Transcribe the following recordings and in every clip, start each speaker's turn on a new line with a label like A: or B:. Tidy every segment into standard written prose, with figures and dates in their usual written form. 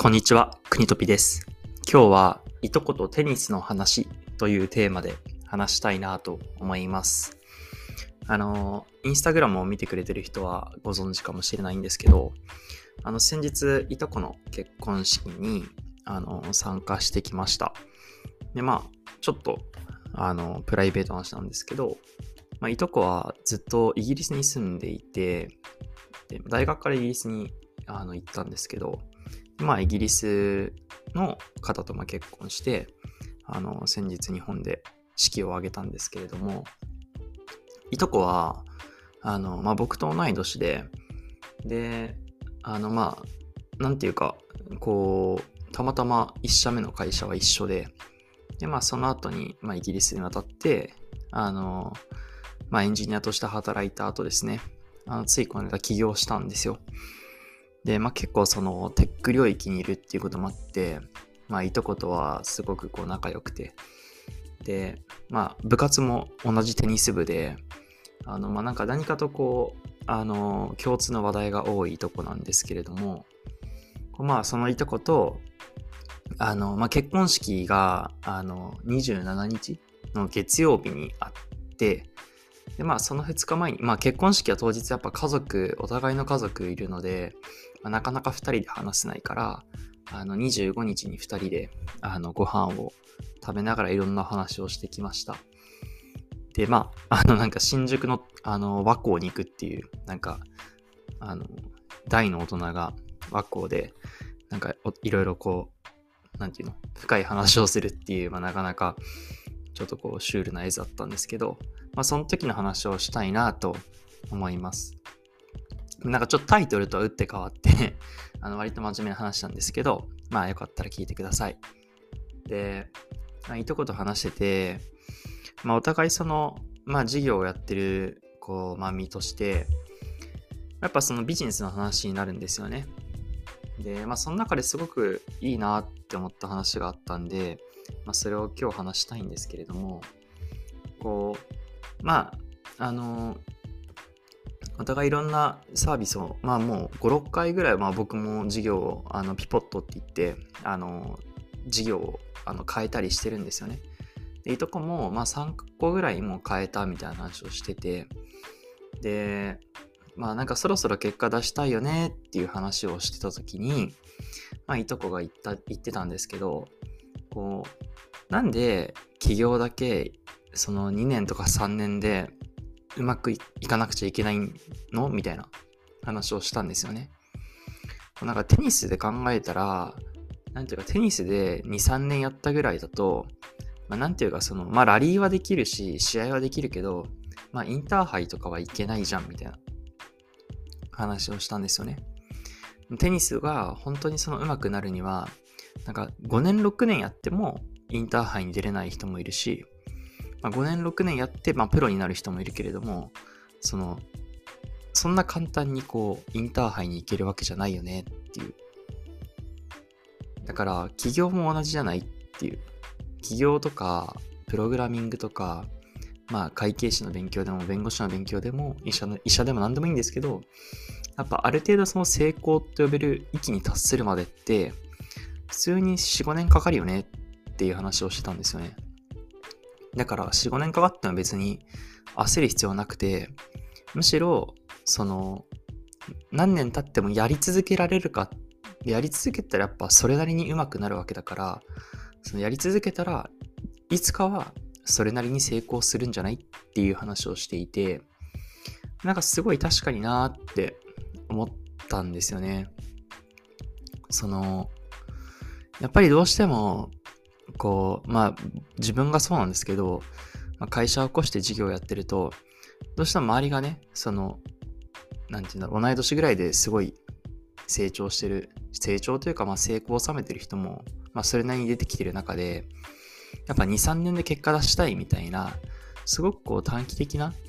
A: こんにちは、国とぴです。今日はいとことテニスの話というテーマで話したいなと思います。インスタグラムを見てくれてる人はご存知かもしれないんですけど、先日いとこの結婚式に参加してきました。で、ちょっとプライベートな話なんですけど、いとこはずっとイギリスに住んでいて、で大学からイギリスに行ったんですけど、イギリスの方と結婚して、先日日本で式を挙げたんですけれども、いとこは、僕と同い年で、なんていうか、たまたま一社目の会社は一緒で、その後に、イギリスに渡って、エンジニアとして働いた後ですね、ついこの間起業したんですよ。で、結構そのテック領域にいるっていうこともあって、いとことはすごく仲良くて、で、部活も同じテニス部で、何かと共通の話題が多いとこなんですけれども、そのいとこと、結婚式が、27日の月曜日にあって、で、その2日前に、結婚式は当日やっぱお互いの家族いるので、なかなか2人で話せないから、25日に2人で、ご飯を食べながらいろんな話をしてきました。で、新宿の、和光に行くっていう、大の大人が和光で、いろいろ深い話をするっていう、なかなか、ちょっとシュールな絵だったんですけど、その時の話をしたいなと思います。ちょっとタイトルとは打って変わって割と真面目な話なんですけど、よかったら聞いてください。で、いとこと話してて、お互いその、事業をやってる、身として、やっぱそのビジネスの話になるんですよね。で、その中ですごくいいなって思った話があったんで、それを今日話したいんですけれども、お互いいろんなサービスを、もう5、6回ぐらい僕も事業をピポットって言って事業を変えたりしてるんですよね。でいとこも3個ぐらいもう変えたみたいな話をしてて、でそろそろ結果出したいよねっていう話をしてた時にいとこが言ってたんですけど、なんで起業だけその2年とか3年でうまくいかなくちゃいけないのみたいな話をしたんですよね。テニスで考えたら、テニスで2、3年やったぐらいだと、ラリーはできるし、試合はできるけど、インターハイとかはいけないじゃんみたいな話をしたんですよね。テニスが本当にその上手くなるには、5年6年やってもインターハイに出れない人もいるし、5年6年やってプロになる人もいるけれども、そんな簡単にインターハイに行けるわけじゃないよねっていう。だから起業も同じじゃないっていう。起業とかプログラミングとか会計士の勉強でも弁護士の勉強でも医者でも何でもいいんですけど、やっぱある程度その成功と呼べる域に達するまでって普通に 4,5 年かかるよねっていう話をしてたんですよね。だから 4,5 年かかっても別に焦る必要はなくて、むしろ何年経ってもやり続けられるか、やり続けたらやっぱそれなりに上手くなるわけだから、やり続けたらいつかはそれなりに成功するんじゃないっていう話をしていて、すごい確かになーって思ったんですよね。やっぱりどうしても自分がそうなんですけど、会社を起こして事業をやってると、どうしても周りがね、同い年ぐらいですごい成長というか成功を収めてる人もそれなりに出てきてる中で、やっぱ 2,3 年で結果出したいみたいな、すごく短期的な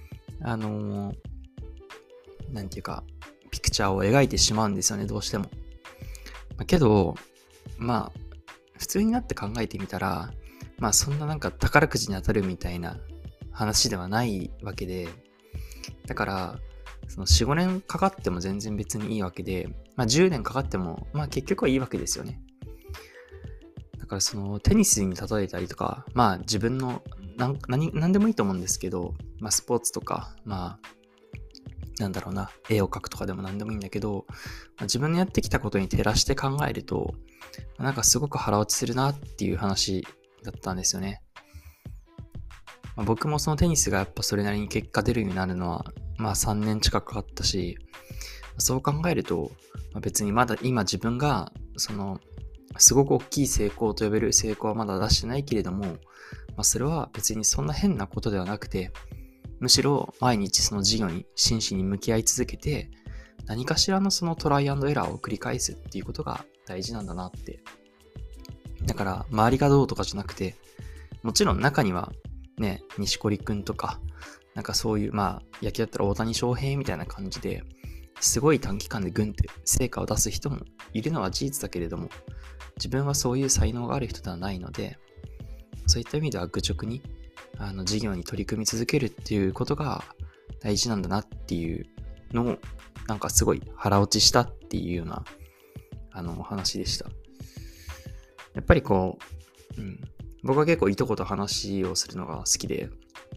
A: ピクチャーを描いてしまうんですよね、どうしても。けど普通になって考えてみたら、そんな宝くじに当たるみたいな話ではないわけで、だからその 4,5 年かかっても全然別にいいわけで、10年かかっても結局はいいわけですよね。 からそのテニスに例えたりとか、まあ自分の何でもいいと思うんですけど、まあスポーツとか、まあなんだろうな、絵を描くとかでも何でもいいんだけど、自分のやってきたことに照らして考えると、なんかすごく腹落ちするなっていう話だったんですよね。僕もそのテニスがやっぱそれなりに結果出るようになるのは、まあ3年近くかかったし、そう考えると、別にまだ今自分が、すごく大きい成功と呼べる成功はまだ出してないけれども、それは別にそんな変なことではなくて、むしろ毎日その事業に真摯に向き合い続けて、何かしらのそのトライアンドエラーを繰り返すっていうことが大事なんだなって。だから周りがどうとかじゃなくて、もちろん中にはね、錦織くんとか、なんかそういう、野球だったら大谷翔平みたいな感じで、すごい短期間でグンって成果を出す人もいるのは事実だけれども、自分はそういう才能がある人ではないので、そういった意味では愚直に事業に取り組み続けるっていうことが大事なんだなっていうのをなんかすごい腹落ちしたっていうようなお話でした。やっぱり僕は結構いとこと話をするのが好きで、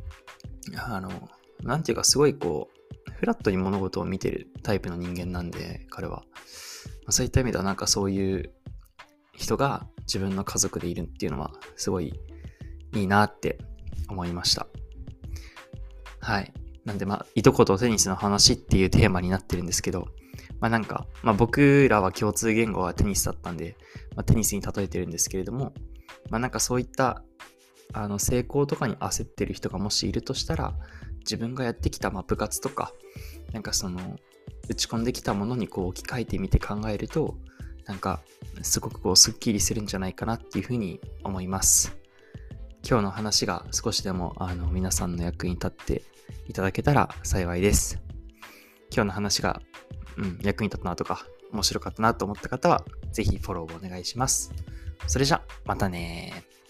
A: なんていうかすごいフラットに物事を見てるタイプの人間なんで、彼は。そういった意味ではなんかそういう人が自分の家族でいるっていうのはすごいいいなって思いました。はい。なんでいとことテニスの話っていうテーマになってるんですけど、僕らは共通言語はテニスだったんで、テニスに例えてるんですけれども、なんかそういった成功とかに焦ってる人がもしいるとしたら、自分がやってきた部活とか、なんか打ち込んできたものに置き換えてみて考えると、なんかすごくスッキリするんじゃないかなっていうふうに思います。今日の話が少しでも皆さんの役に立っていただけたら幸いです。今日の話が、役に立ったなとか面白かったなと思った方はぜひフォローをお願いします。それじゃまたね。